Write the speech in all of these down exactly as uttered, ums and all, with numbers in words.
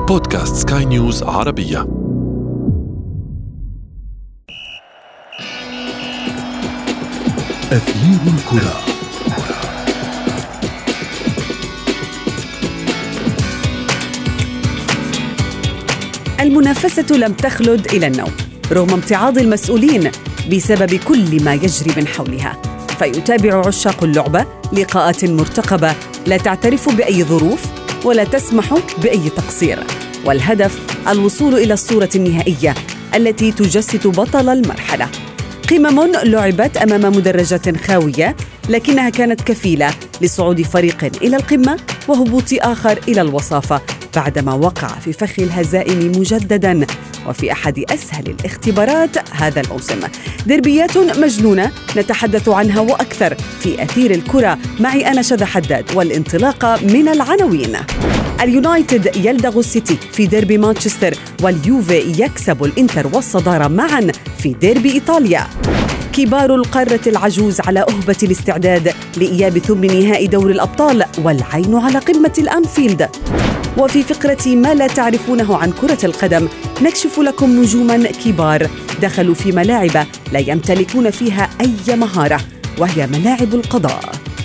بودكاست سكاي نيوز عربية. أثير الكرة. المنافسة لم تخلد إلى النوم رغم امتعاض المسؤولين بسبب كل ما يجري من حولها، فيتابع عشاق اللعبة لقاءات مرتقبة لا تعترف بأي ظروف ولا تسمح بأي تقصير، والهدف الوصول إلى الصورة النهائية التي تجسد بطل المرحلة. قمم لعبت أمام مدرجات خاوية، لكنها كانت كفيلة لصعود فريق إلى القمة وهبوط آخر إلى الوصافة بعدما وقع في فخ الهزائم مجدداً وفي أحد أسهل الاختبارات هذا الموسم. دربيات مجنونة نتحدث عنها وأكثر في أثير الكرة معي أنا شذى حداد، والانطلاقة من العناوين. اليونايتد يلدغ السيتي في ديربي مانشستر، واليوفي يكسب الإنتر والصدارة معاً في ديربي إيطاليا. كبار القارة العجوز على أهبة الاستعداد لإياب ثمن نهائي دوري الأبطال، والعين على قمة الأنفيلد. وفي فقرة ما لا تعرفونه عن كرة القدم نكشف لكم نجوماً كبار دخلوا في ملاعب لا يمتلكون فيها أي مهارة، وهي ملاعب القضاء.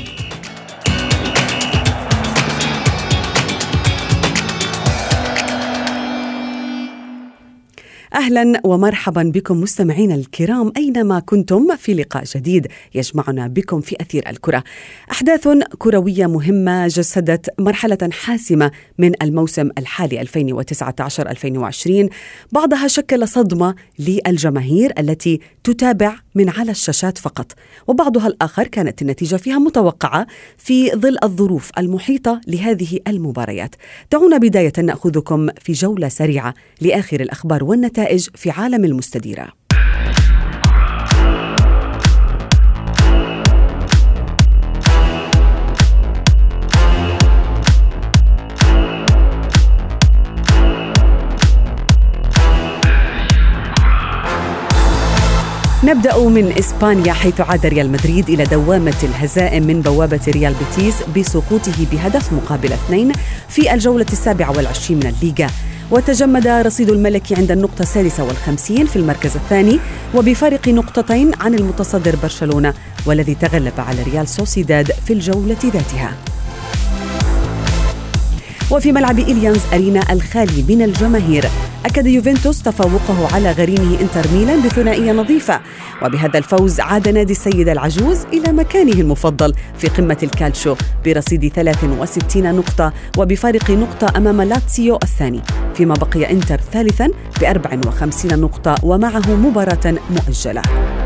أهلاً ومرحباً بكم مستمعينا الكرام أينما كنتم في لقاء جديد يجمعنا بكم في أثير الكرة. أحداث كروية مهمة جسدت مرحلة حاسمة من الموسم الحالي ألفين وتسعة عشر ألفين وعشرين، بعضها شكل صدمة للجماهير التي تتابع من على الشاشات فقط، وبعضها الآخر كانت النتيجة فيها متوقعة في ظل الظروف المحيطة لهذه المباريات. دعونا بداية نأخذكم في جولة سريعة لآخر الأخبار والنتائج في عالم المستديرة. نبدأ من إسبانيا، حيث عاد ريال مدريد إلى دوامة الهزائم من بوابة ريال بيتيس بسقوطه بهدف مقابل اثنين في الجولة السابعة والعشرين من الليغا، وتجمد رصيد الملكي عند النقطة السادسة والخمسين في المركز الثاني وبفارق نقطتين عن المتصدر برشلونة، والذي تغلب على ريال سوسيداد في الجولة ذاتها. وفي ملعب إليانز أرينا الخالي من الجماهير أكد يوفنتوس تفوقه على غريمه إنتر ميلان بثنائية نظيفة، وبهذا الفوز عاد نادي السيد العجوز إلى مكانه المفضل في قمة الكالتشو برصيد ثلاث وستين نقطة وبفارق نقطة أمام لاتسيو الثاني، فيما بقي إنتر ثالثاً بأربع وخمسين نقطة ومعه مباراة مؤجلة.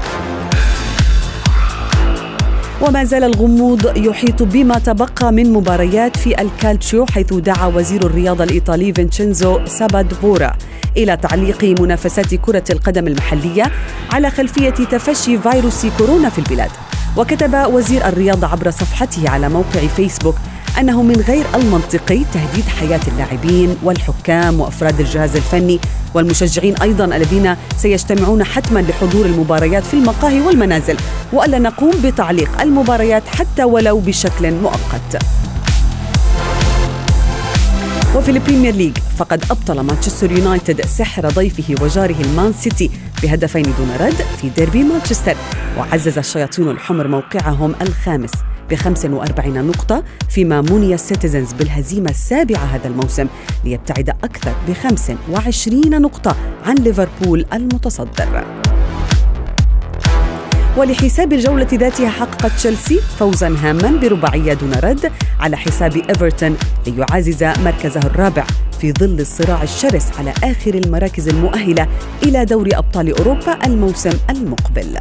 وما زال الغموض يحيط بما تبقى من مباريات في الكالتشيو، حيث دعا وزير الرياضة الإيطالي فينشينزو سابادفورا إلى تعليق منافسات كرة القدم المحلية على خلفية تفشي فيروس كورونا في البلاد. وكتب وزير الرياضة عبر صفحته على موقع فيسبوك أنه من غير المنطقي تهديد حياة اللاعبين والحكام وأفراد الجهاز الفني والمشجعين أيضاً الذين سيجتمعون حتماً لحضور المباريات في المقاهي والمنازل، وألا نقوم بتعليق المباريات حتى ولو بشكل مؤقت. وفي البريمير ليج فقد أبطل مانشستر يونايتد سحر ضيفه وجاره المان سيتي بهدفين دون رد في ديربي مانشستر، وعزز الشياطين الحمر موقعهم الخامس بخمس وأربعين نقطة، فيما مني السيتيزنز بالهزيمة السابعة هذا الموسم ليبتعد أكثر بخمس وعشرين نقطة عن ليفربول المتصدر. ولحساب الجولة ذاتها حققت تشيلسي فوزاً هاماً برباعية دون رد على حساب إيفرتون ليعزز مركزه الرابع في ظل الصراع الشرس على آخر المراكز المؤهلة إلى دوري أبطال أوروبا الموسم المقبل.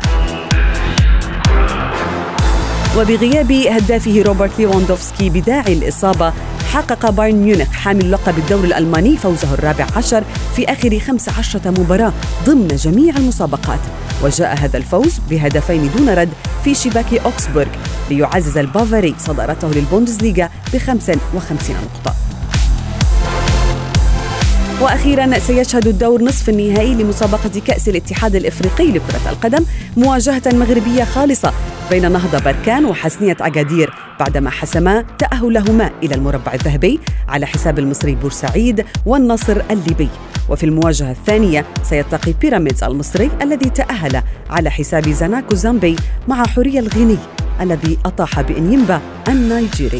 وبغياب هدافه روبرت ليواندوفسكي بداعي الإصابة، حقق بايرن ميونخ حامل لقب الدوري الألماني فوزه الرابع عشر في آخر خمس عشرة مباراة ضمن جميع المسابقات، وجاء هذا الفوز بهدفين دون رد في شباك أوكسبورغ ليعزز البافاري صدارته للبوندسليغا بخمس وخمسين نقطة. وأخيرا سيشهد الدور نصف النهائي لمسابقة كأس الاتحاد الإفريقي لكرة القدم مواجهة مغربية خالصة بين نهضة بركان وحسنية أكادير بعدما حسما تأهلهما إلى المربع الذهبي على حساب المصري بورسعيد والنصر الليبي. وفي المواجهة الثانية سيلتقي بيراميدز المصري الذي تأهل على حساب زناكو زامبي مع حورية الغيني الذي أطاح بإنيمبا النيجيري.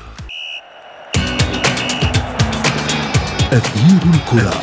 أثير الكرة.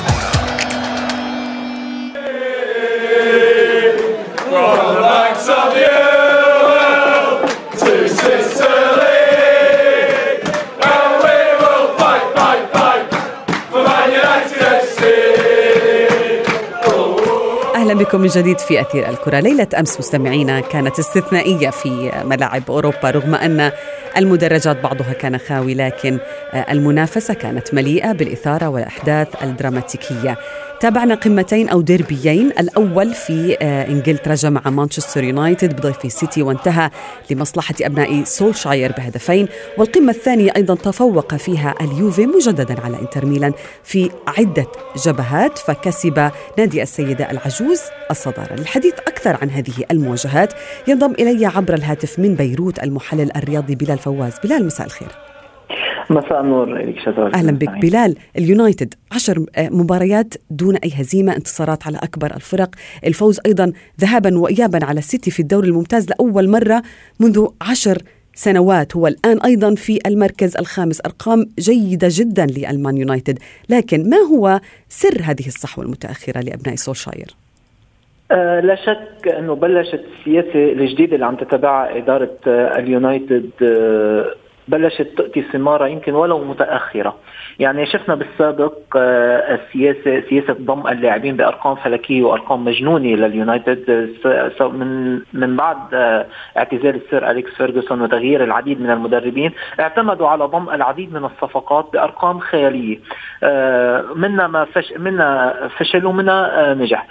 أهلا بكم من جديد في أثير الكرة. ليلة أمس مستمعينا كانت استثنائية في ملاعب أوروبا، رغم أن المدرجات بعضها كان خاوي، لكن المنافسة كانت مليئة بالإثارة والأحداث الدراماتيكية. تابعنا قمتين أو ديربيين، الأول في إنجلترا جمع مانشستر يونايتد بضيف سيتي وانتهى لمصلحة أبناء سولشاير بهدفين، والقمة الثانية أيضا تفوق فيها اليوفي مجددا على إنتر ميلان في عدة جبهات، فكسب نادي السيدة العجوز الصدارة. للحديث أكثر عن هذه المواجهات ينضم إلي عبر الهاتف من بيروت المحلل الرياضي بلال فواز. بلال، مساء الخير. مساء النور. أهلا بك بلال. اليونايتد عشر مباريات دون أي هزيمة، انتصارات على أكبر الفرق، الفوز أيضا ذهابا وإيابا على السيتي في الدوري الممتاز لأول مرة منذ عشر سنوات، هو الآن أيضا في المركز الخامس، أرقام جيدة جدا للمان يونايتد. لكن ما هو سر هذه الصحوة المتأخرة لأبناء سولشاير؟ أه لا شك أنه بلشت السياسة الجديدة اللي عم تتبعها إدارة أه اليونايتد أه بلشت تأتي ثمارها يمكن ولو متأخرة. يعني شفنا بالسابق السياسة سياسة ضم اللاعبين بأرقام فلكية وأرقام مجنونة لليونايتد من من بعد اعتزال السير أليكس فيرغسون وتغيير العديد من المدربين، اعتمدوا على ضم العديد من الصفقات بأرقام خيالية، منا ما فش منا فشل ومنا نجح.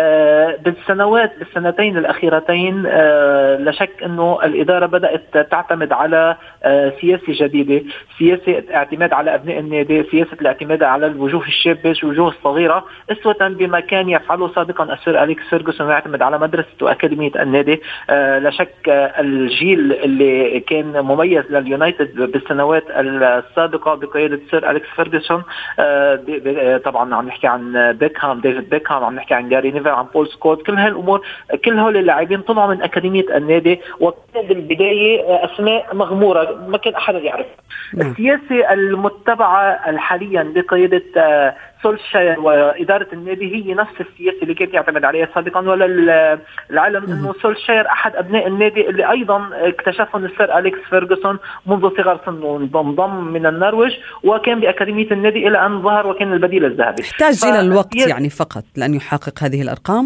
بالسنوات بالسنتين الأخيرتين لا شك أنه الإدارة بدأت تعتمد على سياسة جديدة، سياسة اعتماد على أبناء النادي، سياسة الاعتماد على الوجوه الشابة الوجوه الصغيرة، أسوة بما كان يفعله سابقا السير أليكس فيرغسون يعتمد على مدرسة وأكاديمية النادي. آه لا شك آه الجيل اللي كان مميز لليونايتد بالسنوات السابقة بقيادة السير أليكس فيرغسون، آه طبعا عم نحكي عن بيكهام، ديفيد بيكهام، عم نحكي عن جاري نيفل، عن بول سكوت، كل هالأمور كل هول اللاعبين طلعوا من أكاديمية النادي، وكانت بالبداية أسماء مغمورة ما كان أحد يعرف. السياسة المتبعة حاليا بقيادة سولشاير وإدارة النادي هي نفس السياسة اللي كان يعتمد عليها سابقا، ولا العلم أنه سولشاير أحد أبناء النادي اللي أيضا اكتشفهم السير أليكس فيرغسون منذ صغر سنه، انضم من النرويج وكان بأكاديمية النادي إلى أن ظهر وكان البديل الذهبي. يحتاج إلى الوقت يعني فقط لأن يحقق هذه الأرقام.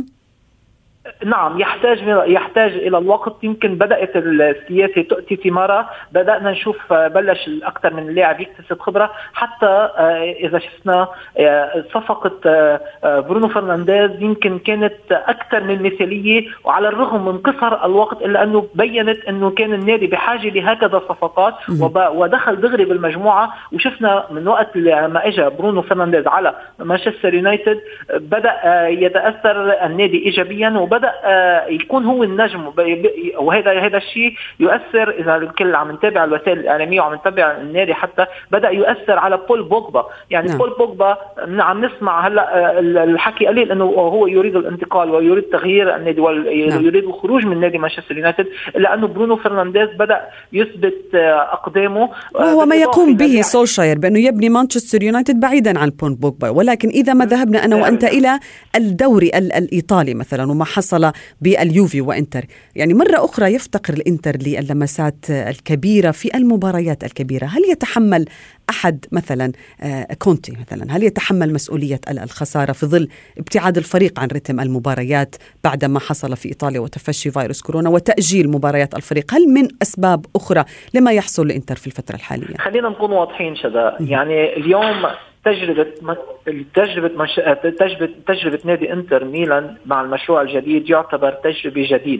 نعم، يحتاج يحتاج إلى الوقت. يمكن بدأت السياسة تأتي ثمارها، بدأنا نشوف بلش أكثر من لاعب يكتسب خبرة، حتى إذا شفنا صفقة برونو فرنانديز يمكن كانت أكثر من مثالية، وعلى الرغم من قصر الوقت إلا أنه بيّنت أنه كان النادي بحاجة لهكذا صفقات، ودخل دغري بالمجموعة. وشفنا من وقت ما اجى برونو فرنانديز على مانشستر يونايتد بدأ يتأثر النادي إيجابيا، وبدأ يكون هو النجم، وهذا هذا الشيء يؤثر. إذا الكل عم نتابع الوسائل الإعلامية وعم نتابع النادي حتى بدأ يؤثر على بول بوجبا. يعني نعم. بول بوجبا عم نسمع هلا الحكي قليل أنه هو يريد الانتقال ويريد تغيير النادي ويريد نعم. الخروج من نادي مانشستر يونايتد، إلا أنه برونو فرنانديز بدأ يثبت أقدامه، وهو ما يقوم به سولشاير بأنه يبني مانشستر يونايتد بعيدا عن بول بوجبا. ولكن إذا ما ذهبنا أنا وأنت إلى الدوري الإيطالي مثلا وما حصل باليوفي وإنتر، يعني مرة أخرى يفتقر الإنتر للمسات الكبيرة في المباريات الكبيرة. هل يتحمل أحد مثلا كونتي مثلا هل يتحمل مسؤولية الخسارة في ظل ابتعاد الفريق عن رتم المباريات بعد ما حصل في إيطاليا وتفشي فيروس كورونا وتأجيل مباريات الفريق؟ هل من أسباب أخرى لما يحصل لإنتر في الفترة الحالية؟ خلينا نكون واضحين شذا، يعني اليوم تجربة تجربة مش... تجربة تجربة نادي إنتر ميلان مع المشروع الجديد يعتبر تجربة جديدة.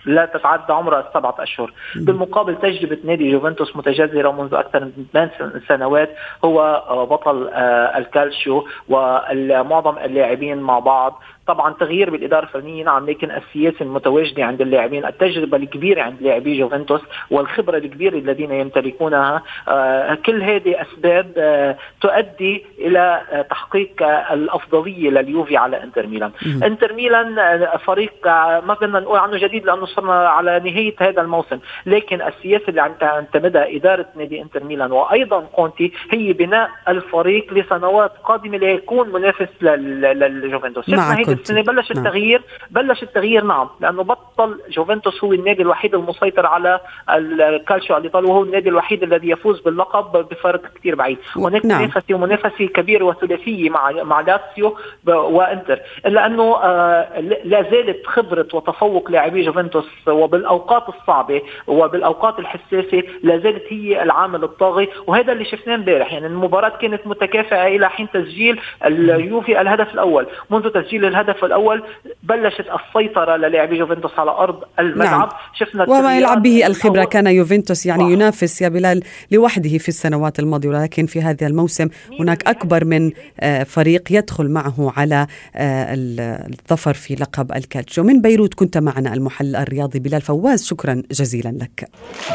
لا تتعدى عمرها سبعة أشهر. بالمقابل تجربة نادي يوفنتوس متجذرة منذ أكثر من ثمان سنوات، هو بطل الكالشيو ومعظم اللاعبين مع بعض. طبعا تغيير بالإدارة الفنية نعم، لكن السياسة المتواجدة عند اللاعبين، التجربة الكبيرة عند لاعبي يوفنتوس والخبرة الكبيرة الذين يمتلكونها، آه كل هذه أسباب آه تؤدي إلى آه تحقيق آه الأفضلية لليوفي على انتر ميلان. م- انتر ميلان آه فريق آه ما بدنا نقول عنه جديد لأنه صرنا على نهاية هذا الموسم، لكن السياسة اللي عم تعتمدها إدارة نادي انتر ميلان وأيضا كونتي هي بناء الفريق لسنوات قادمة ليكون منافس لليوفنتوس. السنة بلش التغيير بلش التغيير نعم، لأنه بطل يوفنتوس هو النادي الوحيد المسيطر على الكالشيو الإيطالي، وهو النادي الوحيد الذي يفوز باللقب بفرق كتير بعيد. هناك نعم. منافسة ومنافسة كبيرة وثلاثية مع مع لاتسيو وإنتر، إلا أنه آه لا زالت خبرة وتفوق لاعبي يوفنتوس وبالأوقات الصعبة وبالأوقات الحساسة لا زالت هي العامل الطاغي، وهذا اللي شفناه امبارح. يعني المباراة كانت متكافئة إلى حين تسجيل اليوفي الهدف الأول. منذ تسجيل الهدف الأول بلشت السيطرة للاعبي يوفنتوس على أرض الملعب. نعم. شفنا وما يلعب به الخبرة. كان يوفنتوس يعني ينافس يا بلال لوحده في السنوات الماضية، ولكن في هذا الموسم هناك أكبر من فريق يدخل معه على الظفر في لقب الكالتشيو. من بيروت كنت معنا المحلل الرياضي بلال فواز، شكرا جزيلا لك.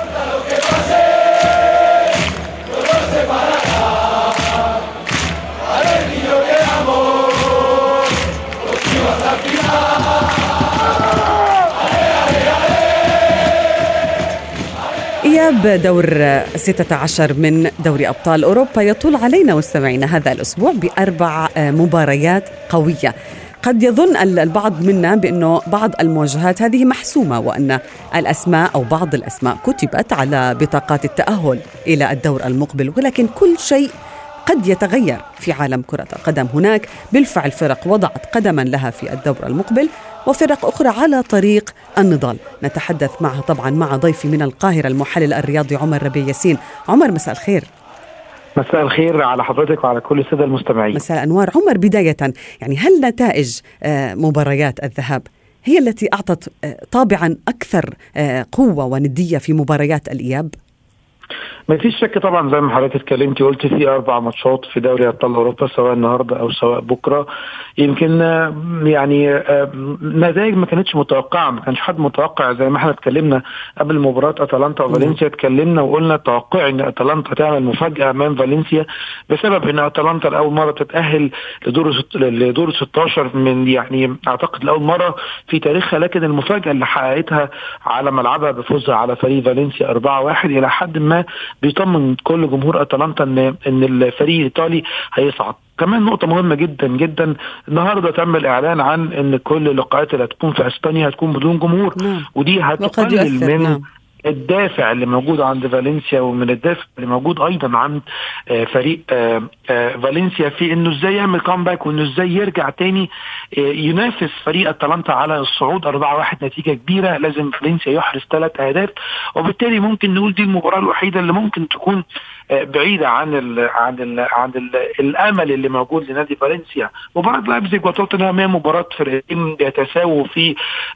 إياب دور ستة عشر من دوري أبطال أوروبا يطول علينا مستمعينا هذا الأسبوع بأربع مباريات قوية. قد يظن البعض منا بأنه بعض المواجهات هذه محسومة، وأن الأسماء أو بعض الأسماء كتبت على بطاقات التأهل إلى الدور المقبل، ولكن كل شيء قد يتغير في عالم كرة القدم. هناك بالفعل فرق وضعت قدما لها في الدور المقبل، وفرق أخرى على طريق النضال. نتحدث معها طبعا مع ضيفي من القاهرة المحلل الرياضي عمر ربيع ياسين. عمر مساء الخير. مساء الخير على حضرتك وعلى كل السادة المستمعين. مساء الأنوار. عمر، بداية يعني هل نتائج مباريات الذهاب هي التي أعطت طابعا أكثر قوة وندية في مباريات الإياب؟ ما فيش شك طبعا، زي ما حضرتك اتكلمتي قلت في اربع ماتشات في دوري ابطال اوروبا، سواء النهارده او سواء بكره. يمكن يعني نتائج ما كانتش متوقعه، ما كانش حد متوقع. زي ما احنا اتكلمنا قبل مباراه اتلانتا وفالنسيا، اتكلمنا وقلنا توقع ان اتلانتا تعمل مفاجاه امام فالنسيا، بسبب ان اتلانتا لاول مره تتاهل لدور لدور ستاشر من يعني اعتقد لاول مره في تاريخها. لكن المفاجاه اللي حققتها على ملعبها بفوزها على فريق فالنسيا أربعة واحد الى حد ما بيطمن كل جمهور اتلانتا ان ان الفريق الايطالي هيصعد. كمان نقطة مهمة جدا جدا، النهاردة تم الإعلان عن أن كل اللقاءات اللي هتكون في أسبانيا هتكون بدون جمهور. نعم. ودي هتقلل من نعم. الدافع اللي موجود عند فالنسيا، ومن الدافع اللي موجود أيضا عند فريق فالنسيا في أنه إزاي يعمل كامباك، وأنه إزاي يرجع تاني ينافس فريق أتلانتا على الصعود. أربعة واحد نتيجة كبيرة، لازم فالنسيا يحرز ثلاث أهداف، وبالتالي ممكن نقول دي المباراة الوحيدة اللي ممكن تكون بعيدة عن ال عن ال عن ال الأمل اللي موجود لنادي فالنسيا. مباراة لايبزيج وتوتنهام هي مباراة فريقين بيتساووا في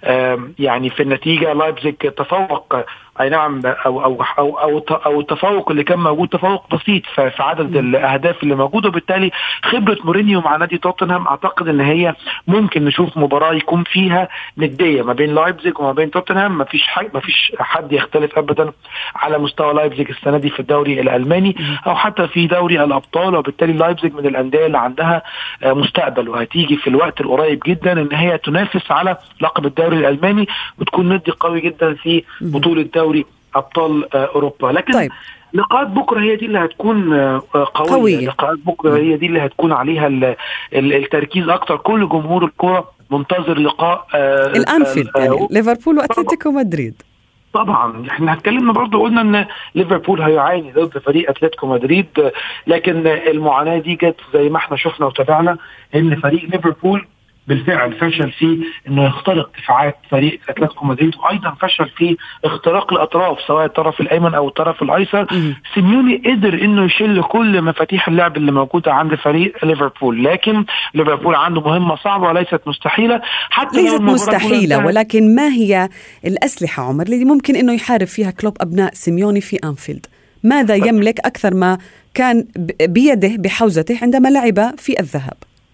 يعني في النتيجة. لايبزيج تفوق اي نعم، او او او او, أو التفوق اللي كان موجود تفوق بسيط في عدد الاهداف اللي موجوده، وبالتالي خبره مورينيو مع نادي توتنهام اعتقد ان هي ممكن نشوف مباراه يكون فيها نديه ما بين لايبزيج وما بين توتنهام. ما فيش حاجه ما فيش حد يختلف ابدا على مستوى لايبزيج السنه دي في الدوري الالماني او حتى في دوري الابطال، وبالتالي لايبزيج من الانديه اللي عندها مستقبل، وهتيجي في الوقت القريب جدا ان هي تنافس على لقب الدوري الالماني وتكون ندي قوي جدا في بطوله دوري أبطال أوروبا. لكن طيب. لقاءات بكرة هي دي اللي هتكون قوية, قوية. لقاءات بكرة هي دي اللي هتكون عليها التركيز أكتر. كل جمهور الكرة منتظر لقاء الأنفيلد يعني ليفربول وأتلتيكو مدريد. طبعا احنا اتكلمنا برضو قلنا ان ليفربول هيعاني ضد فريق اتلتيكو مدريد، لكن المعاناة دي جت زي ما احنا شفنا وتابعنا ان فريق ليفربول بالفعل فشل في انه يخترق دفاعات فريق اتلتيكو مدريد، وايضا فشل في اختراق الاطراف سواء الطرف الايمن او الطرف الايسر. سيميوني قدر انه يشيل كل مفاتيح اللعب اللي موجوده عند فريق ليفربول، لكن ليفربول عنده مهمه صعبه وليست مستحيله. حتى ليست مستحيله، ولكن ما هي الاسلحه عمر اللي ممكن انه يحارب فيها كلوب ابناء سيميوني في أنفيلد؟ ماذا يملك اكثر ما كان بيده بحوزته عندما لعب في الذهاب؟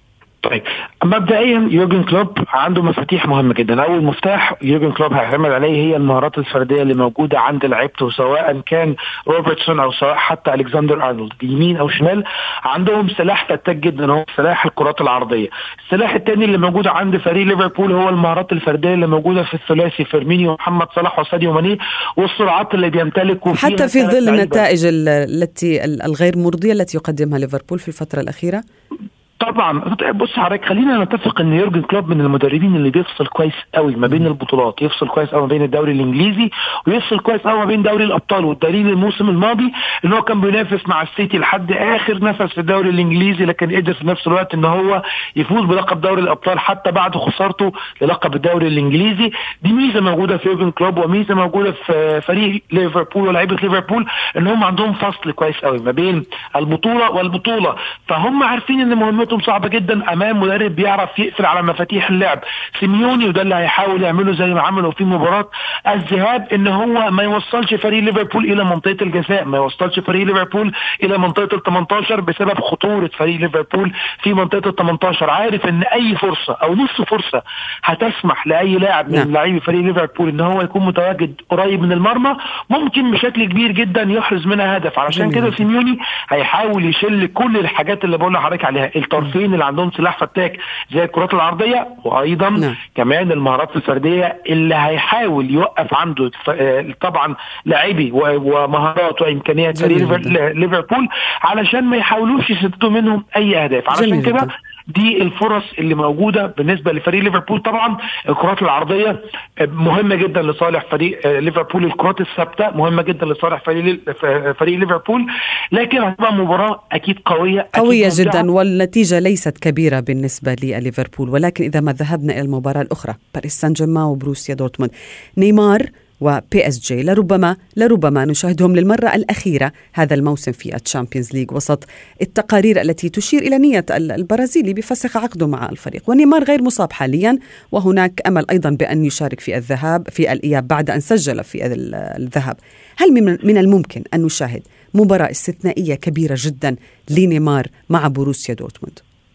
طيب مبدئيا يورجن كلوب عنده مفاتيح مهمه جدا. اول مفتاح يورجن كلوب هيعتمد عليه هي المهارات الفرديه اللي موجوده عند لعيبته، سواء كان روبرتسون او سواء حتى الكسندر ارنولد يمين او شمال. عندهم سلاح فتاك جدا هو سلاح الكرات العرضيه. السلاح الثاني اللي موجود عند فريق ليفربول هو المهارات الفرديه اللي موجوده في الثلاثي فيرمينيو ومحمد صلاح وساديو ماني، والسرعات اللي بيمتلكوا فيها حتى في ظل النتائج التي الغير مرضيه التي يقدمها ليفربول في الفتره الاخيره. طبعا بص حضرتك، خلينا نتفق ان يورجن كلوب من المدربين اللي بيفصل كويس قوي ما بين البطولات، يفصل كويس قوي ما بين الدوري الانجليزي ويفصل كويس قوي ما بين دوري الابطال. والدليل الموسم الماضي ان هو كان بينافس مع السيتي لحد اخر نفس في الدوري الانجليزي، لكن قدر في نفس الوقت ان هو يفوز بلقب دوري الابطال حتى بعد خسارته للقب الدوري الانجليزي. دي ميزه موجوده في يورجن كلوب وميزه موجوده في فريق ليفربول ولاعيبه ليفربول، ان هم عندهم فصل كويس قوي ما بين البطوله والبطوله. فهم عارفين ان مهمتهم صعبه جدا امام مدرب بيعرف يقفل على مفاتيح اللعب سيميوني، وده اللي هيحاول يعمله زي ما عملوا في مباراه الذهاب، ان هو ما يوصلش فريق ليفربول الى منطقه الجزاء، ما يوصلش فريق ليفربول الى منطقه ال ثمانية عشر بسبب خطوره فريق ليفربول في منطقه ال ثمانية عشر. عارف ان اي فرصه او نص فرصه هتسمح لاي لاعب من لاعبي فريق ليفربول ان هو يكون متواجد قريب من المرمى ممكن بشكل كبير جدا يحرز منها هدف. علشان كده سيميوني هيحاول يشيل كل الحاجات اللي بقول لحضرتك عليها، الطرفين اللي عندهم سلاح فتاك زي الكرات العرضيه، وايضا نعم. كمان المهارات الفرديه اللي هيحاول يوقف عنده طبعا لاعبي ومهارات وامكانيات فريق ليفربول علشان ما يحاولوش يسددوا منهم اي اهداف. علشان كده دي الفرص اللي موجودة بالنسبة لفريق ليفربول. طبعا الكرات العرضية مهمة جدا لصالح فريق ليفربول، الكرات الثابتة مهمة جدا لصالح فريق فريق ليفربول، لكن هتبقى مباراة أكيد قوية قوية أكيد جدا، والنتيجة ليست كبيرة بالنسبة لليفربول. ولكن إذا ما ذهبنا إلى المباراة الأخرى، باريس سان جيرمان وبروسيا دورتموند، نيمار وبي اس جي لربما لربما نشاهدهم للمرة الأخيرة هذا الموسم في الشامبيونز ليج، وسط التقارير التي تشير إلى نية البرازيلي بفسخ عقده مع الفريق. ونيمار غير مصاب حاليا، وهناك أمل أيضا بأن يشارك في الذهاب في الإياب بعد أن سجل في الذهاب. هل من الممكن أن نشاهد مباراة استثنائية كبيرة جدا لنيمار مع بروسيا دورتموند؟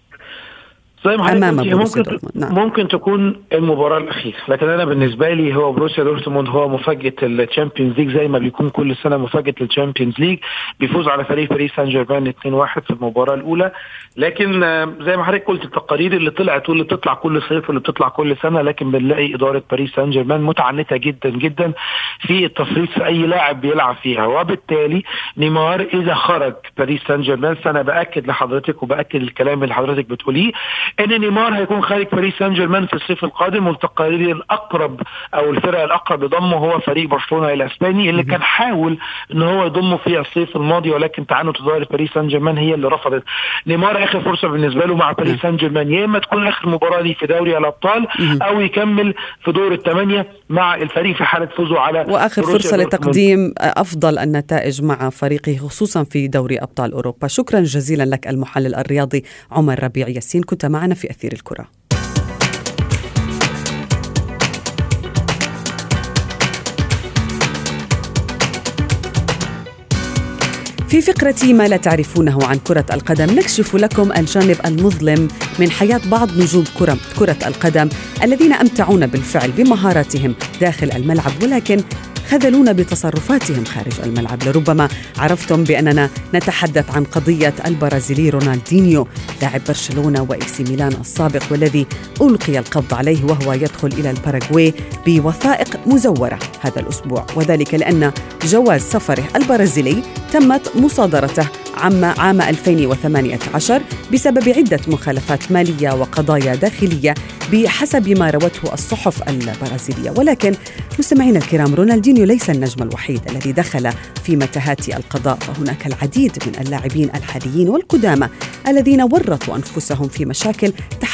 أمام ممكن نعم. ممكن تكون المباراة الأخيرة، لكن أنا بالنسبة لي هو بروسيا دورتموند هو مفاجأة الشامبيونز ليج زي ما بيكون كل سنة مفاجأة الشامبيونز ليج. بيفوز على فريق باريس سان جيرمان اثنين واحد في المباراة الأولى، لكن زي ما حضرتك قلت التقارير اللي طلعت واللي بتطلع كل صيف واللي بتطلع كل سنة، لكن بنلاقي إدارة باريس سان جيرمان متعنتة جدا جدا في التصريف في أي لاعب بيلعب فيها. وبالتالي نيمار إذا خرج باريس سان جيرمان، فأنا بأكد لحضرتك وبأكد الكلام اللي حضرتك بتقوليه ان نيمار هيكون خارج باريس سان جيرمان في الصيف القادم. والتقارير الاقرب او الفرق الاقرب لضمه هو فريق برشلونه الاسباني اللي كان حاول ان هو يضمه في الصيف الماضي، ولكن تعنت اداره باريس سان جيرمان هي اللي رفضت. نيمار اخر فرصه بالنسبه له مع باريس سان جيرمان، يا اما تكون اخر مباراه ليه في دوري الابطال او يكمل في دور الثمانيه مع الفريق في حاله فوزه على واخر فرصه لتقديم افضل النتائج مع فريقه خصوصا في دوري ابطال اوروبا. شكرا جزيلا لك المحلل الرياضي عمر ربيع ياسين، كنت معنا في أثير الكرة. في فقرة ما لا تعرفونه عن كرة القدم نكشف لكم الجانب المظلم من حياة بعض نجوم كرة, كرة القدم الذين أمتعونا بالفعل بمهاراتهم داخل الملعب، ولكن خذلونا بتصرفاتهم خارج الملعب. لربما عرفتم بأننا نتحدث عن قضية البرازيلي رونالدينيو لاعب برشلونة وإي سي ميلان السابق، والذي ألقي القبض عليه وهو يدخل إلى الباراغواي بوثائق مزورة هذا الأسبوع، وذلك لأن جواز سفره البرازيلي تمت مصادرته عام عام ألفين وثمانية عشر بسبب عدة مخالفات مالية وقضايا داخلية بحسب ما روته الصحف البرازيلية. ولكن مستمعينا الكرام، رونالدينيو ليس النجم الوحيد الذي دخل في متاهات القضاء، فهناك العديد من اللاعبين الحاليين والقدامى الذين ورطوا أنفسهم في مشاكل تحول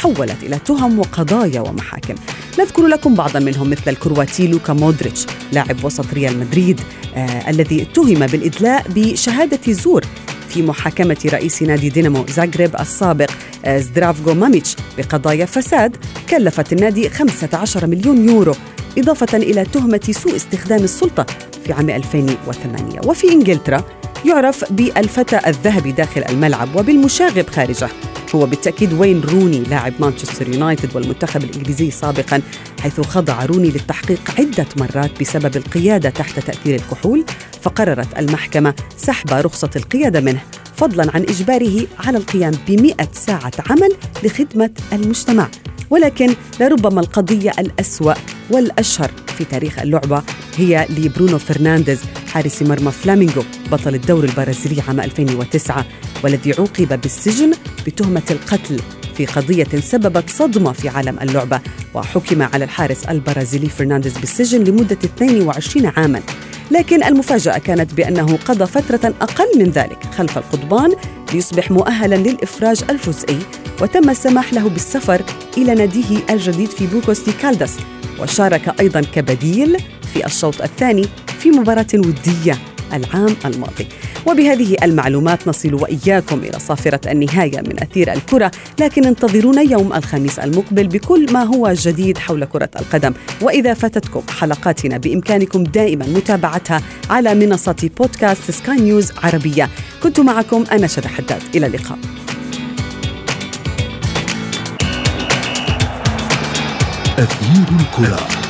تحولت إلى تهم وقضايا ومحاكم. نذكر لكم بعضا منهم مثل الكرواتي لوكا مودريتش لاعب وسط ريال مدريد آه الذي اتهم بالإدلاء بشهادة زور في محاكمة رئيس نادي دينامو زاغرب السابق آه زدرافغو ماميتش بقضايا فساد كلفت النادي خمسة عشر مليون يورو، إضافة إلى تهمة سوء استخدام السلطة في عام ألفين وثمانية. وفي إنجلترا يعرف بالفتى الذهبي داخل الملعب وبالمشاغب خارجه، هو بالتأكيد وين روني لاعب مانشستر يونايتد والمنتخب الإنجليزي سابقا، حيث خضع روني للتحقيق عدة مرات بسبب القيادة تحت تأثير الكحول، فقررت المحكمة سحب رخصة القيادة منه فضلا عن إجباره على القيام بمئة ساعة عمل لخدمة المجتمع. ولكن لربما القضية الأسوأ والأشهر في تاريخ اللعبة هي لبرونو فرنانديز حارس مرمى فلامينغو بطل الدوري البرازيلي عام ألفين وتسعة، والذي عوقب بالسجن بتهمة القتل في قضية سببت صدمة في عالم اللعبة، وحكم على الحارس البرازيلي فرنانديز بالسجن لمدة اثنين وعشرين عاماً. لكن المفاجأة كانت بأنه قضى فترة أقل من ذلك خلف القضبان ليصبح مؤهلاً للإفراج الجزئي، وتم السماح له بالسفر إلى ناديه الجديد في بوكوس دي كالداس، وشارك أيضاً كبديل في الشوط الثاني في مباراة ودية العام الماضي. وبهذه المعلومات نصل وإياكم إلى صافرة النهاية من أثير الكرة، لكن انتظرونا يوم الخميس المقبل بكل ما هو جديد حول كرة القدم. وإذا فاتتكم حلقاتنا بإمكانكم دائما متابعتها على منصة بودكاست سكاي نيوز عربية. كنت معكم أنا شذى حداد، إلى اللقاء. أثير الكرة.